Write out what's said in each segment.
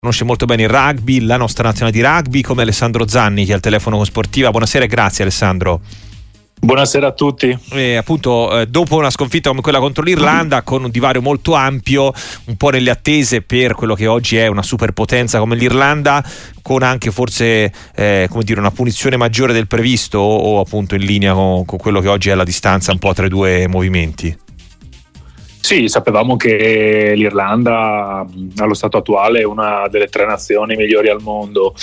Conosce molto bene il rugby, la nostra nazionale di rugby, come Alessandro Zanni, che è al telefono con Sportiva. Buonasera e grazie Alessandro. Buonasera a tutti. Dopo una sconfitta come quella contro l'Irlanda, con un divario molto ampio, un po' nelle attese per quello che oggi è una superpotenza come l'Irlanda, con anche forse una punizione maggiore del previsto, o appunto in linea con quello che oggi è la distanza un po' tra i due movimenti? Sì, sapevamo che l'Irlanda allo stato attuale è una delle 3 nazioni migliori al mondo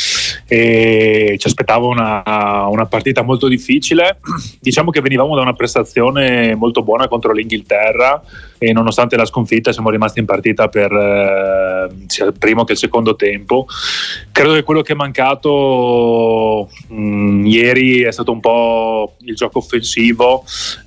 e ci aspettava una partita molto difficile. Diciamo che venivamo da una prestazione molto buona contro l'Inghilterra e nonostante la sconfitta siamo rimasti in partita per sia il primo che il secondo tempo. Credo che quello che è mancato ieri è stato un po' il gioco offensivo.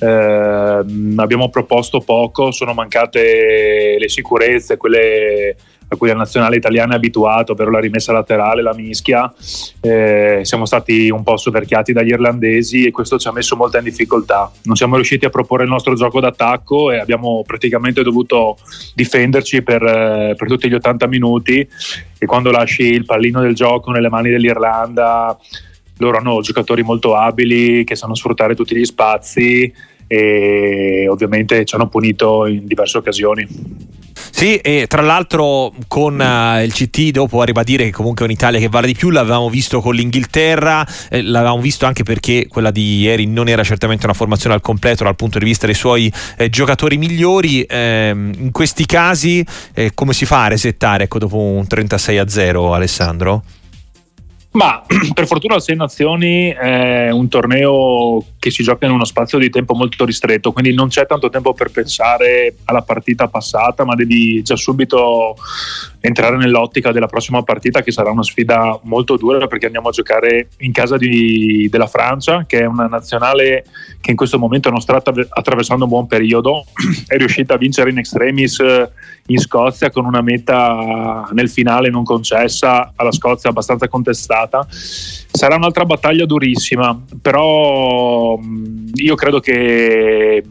Abbiamo proposto poco, sono mancate le sicurezze, quelle a cui la nazionale italiana è abituata, ovvero la rimessa laterale, la mischia. Siamo stati un po' soverchiati dagli irlandesi e questo ci ha messo molta in difficoltà. Non siamo riusciti a proporre il nostro gioco d'attacco e abbiamo praticamente dovuto difenderci per tutti gli 80 minuti, e quando lasci il pallino del gioco nelle mani dell'Irlanda, loro hanno giocatori molto abili che sanno sfruttare tutti gli spazi e ovviamente ci hanno punito in diverse occasioni. Sì, e tra l'altro con il CT dopo a ribadire che comunque è un'Italia che vale di più. L'avevamo visto con l'Inghilterra, l'avevamo visto anche perché quella di ieri non era certamente una formazione al completo dal punto di vista dei suoi giocatori migliori. In questi casi come si fa a resettare dopo un 36-0, Alessandro? Ma per fortuna il Sei Nazioni è un torneo che si gioca in uno spazio di tempo molto ristretto, quindi non c'è tanto tempo per pensare alla partita passata, ma devi già subito entrare nell'ottica della prossima partita, che sarà una sfida molto dura perché andiamo a giocare in casa della Francia, che è una nazionale che in questo momento non sta attraversando un buon periodo. È riuscita a vincere in extremis in Scozia con una meta nel finale non concessa alla Scozia, abbastanza contestata. Sarà un'altra battaglia durissima, però io credo che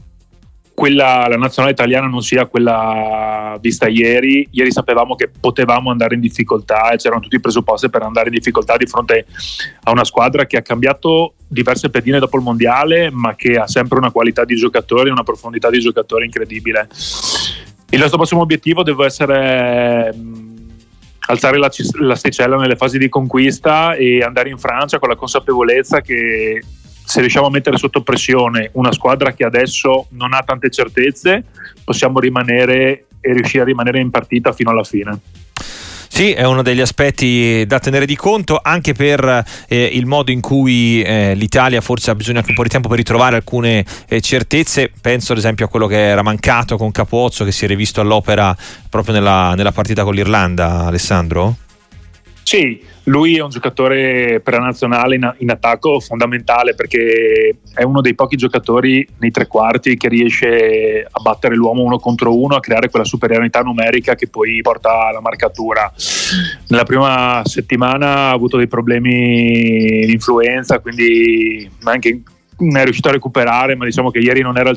la nazionale italiana non sia quella vista ieri. Ieri sapevamo che potevamo andare in difficoltà e c'erano tutti i presupposti per andare in difficoltà di fronte a una squadra che ha cambiato diverse pedine dopo il mondiale, ma che ha sempre una qualità di giocatori, una profondità di giocatori incredibile. Il nostro prossimo obiettivo deve essere alzare l'asticella nelle fasi di conquista e andare in Francia con la consapevolezza che se riusciamo a mettere sotto pressione una squadra che adesso non ha tante certezze, possiamo rimanere e riuscire a rimanere in partita fino alla fine. Sì, è uno degli aspetti da tenere di conto, anche per il modo in cui l'Italia forse ha bisogno anche un po' di tempo per ritrovare alcune certezze. Penso ad esempio a quello che era mancato con Capozzo, che si è rivisto all'opera proprio nella partita con l'Irlanda, Alessandro? Sì, lui è un giocatore per la nazionale in attacco fondamentale, perché è uno dei pochi giocatori nei tre quarti che riesce a battere l'uomo 1 contro 1, a creare quella superiorità numerica che poi porta alla marcatura. Nella prima settimana ha avuto dei problemi di influenza, quindi anche è riuscito a recuperare, ma diciamo che ieri non era al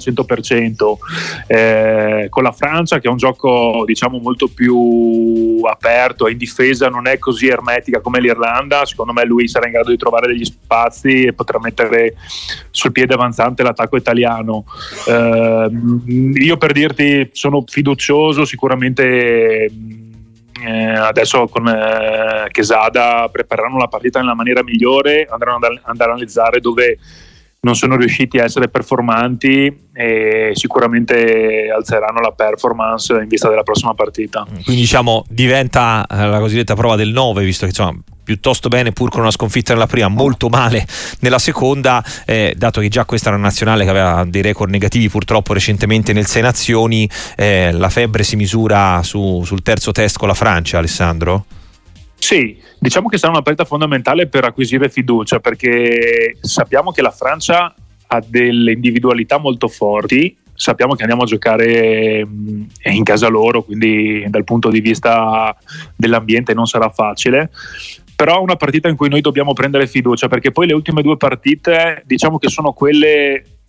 100%. Con la Francia, che è un gioco diciamo molto più aperto, in difesa non è così ermetica come l'Irlanda, secondo me lui sarà in grado di trovare degli spazi e potrà mettere sul piede avanzante l'attacco italiano. Io, per dirti, sono fiducioso. Sicuramente adesso con Quesada prepareranno la partita nella maniera migliore, andranno ad analizzare dove non sono riusciti a essere performanti e sicuramente alzeranno la performance in vista della prossima partita. Quindi diciamo diventa la cosiddetta prova del 9, visto che insomma piuttosto bene pur con una sconfitta nella prima, molto male nella seconda, dato che già questa era una nazionale che aveva dei record negativi purtroppo recentemente nel Sei Nazioni. La febbre si misura sul terzo test con la Francia, Alessandro? Sì, diciamo che sarà una partita fondamentale per acquisire fiducia, perché sappiamo che la Francia ha delle individualità molto forti, sappiamo che andiamo a giocare in casa loro, quindi dal punto di vista dell'ambiente non sarà facile, però è una partita in cui noi dobbiamo prendere fiducia, perché poi le ultime due partite diciamo che sono quelle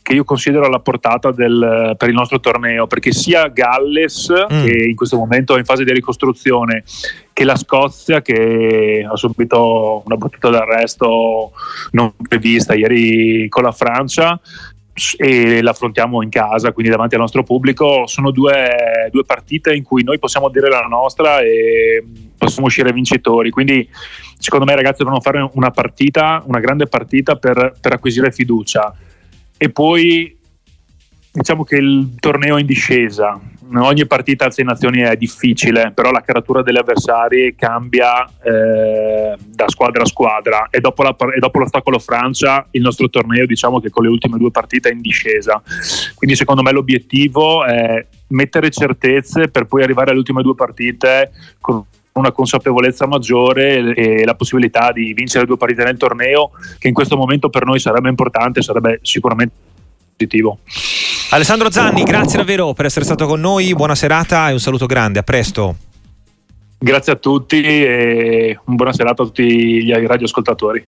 che io considero alla portata per il nostro torneo, perché sia Galles, che in questo momento è in fase di ricostruzione, che la Scozia, che ha subito una battuta d'arresto non prevista ieri con la Francia, e l'affrontiamo in casa, quindi davanti al nostro pubblico, sono due partite in cui noi possiamo dire la nostra e possiamo uscire vincitori. Quindi secondo me i ragazzi devono fare una grande partita per acquisire fiducia. E poi diciamo che il torneo è in discesa, ogni partita a 6 nazioni è difficile, però la caratura degli avversari cambia da squadra a squadra, e dopo l'ostacolo Francia il nostro torneo, diciamo che con le ultime 2 partite è in discesa. Quindi secondo me l'obiettivo è mettere certezze per poi arrivare alle ultime 2 partite con una consapevolezza maggiore e la possibilità di vincere 2 partite nel torneo, che in questo momento per noi sarebbe importante, sarebbe sicuramente positivo. Alessandro Zanni, grazie davvero per essere stato con noi, buona serata e un saluto grande, a presto. Grazie a tutti e buona serata a tutti gli radioascoltatori.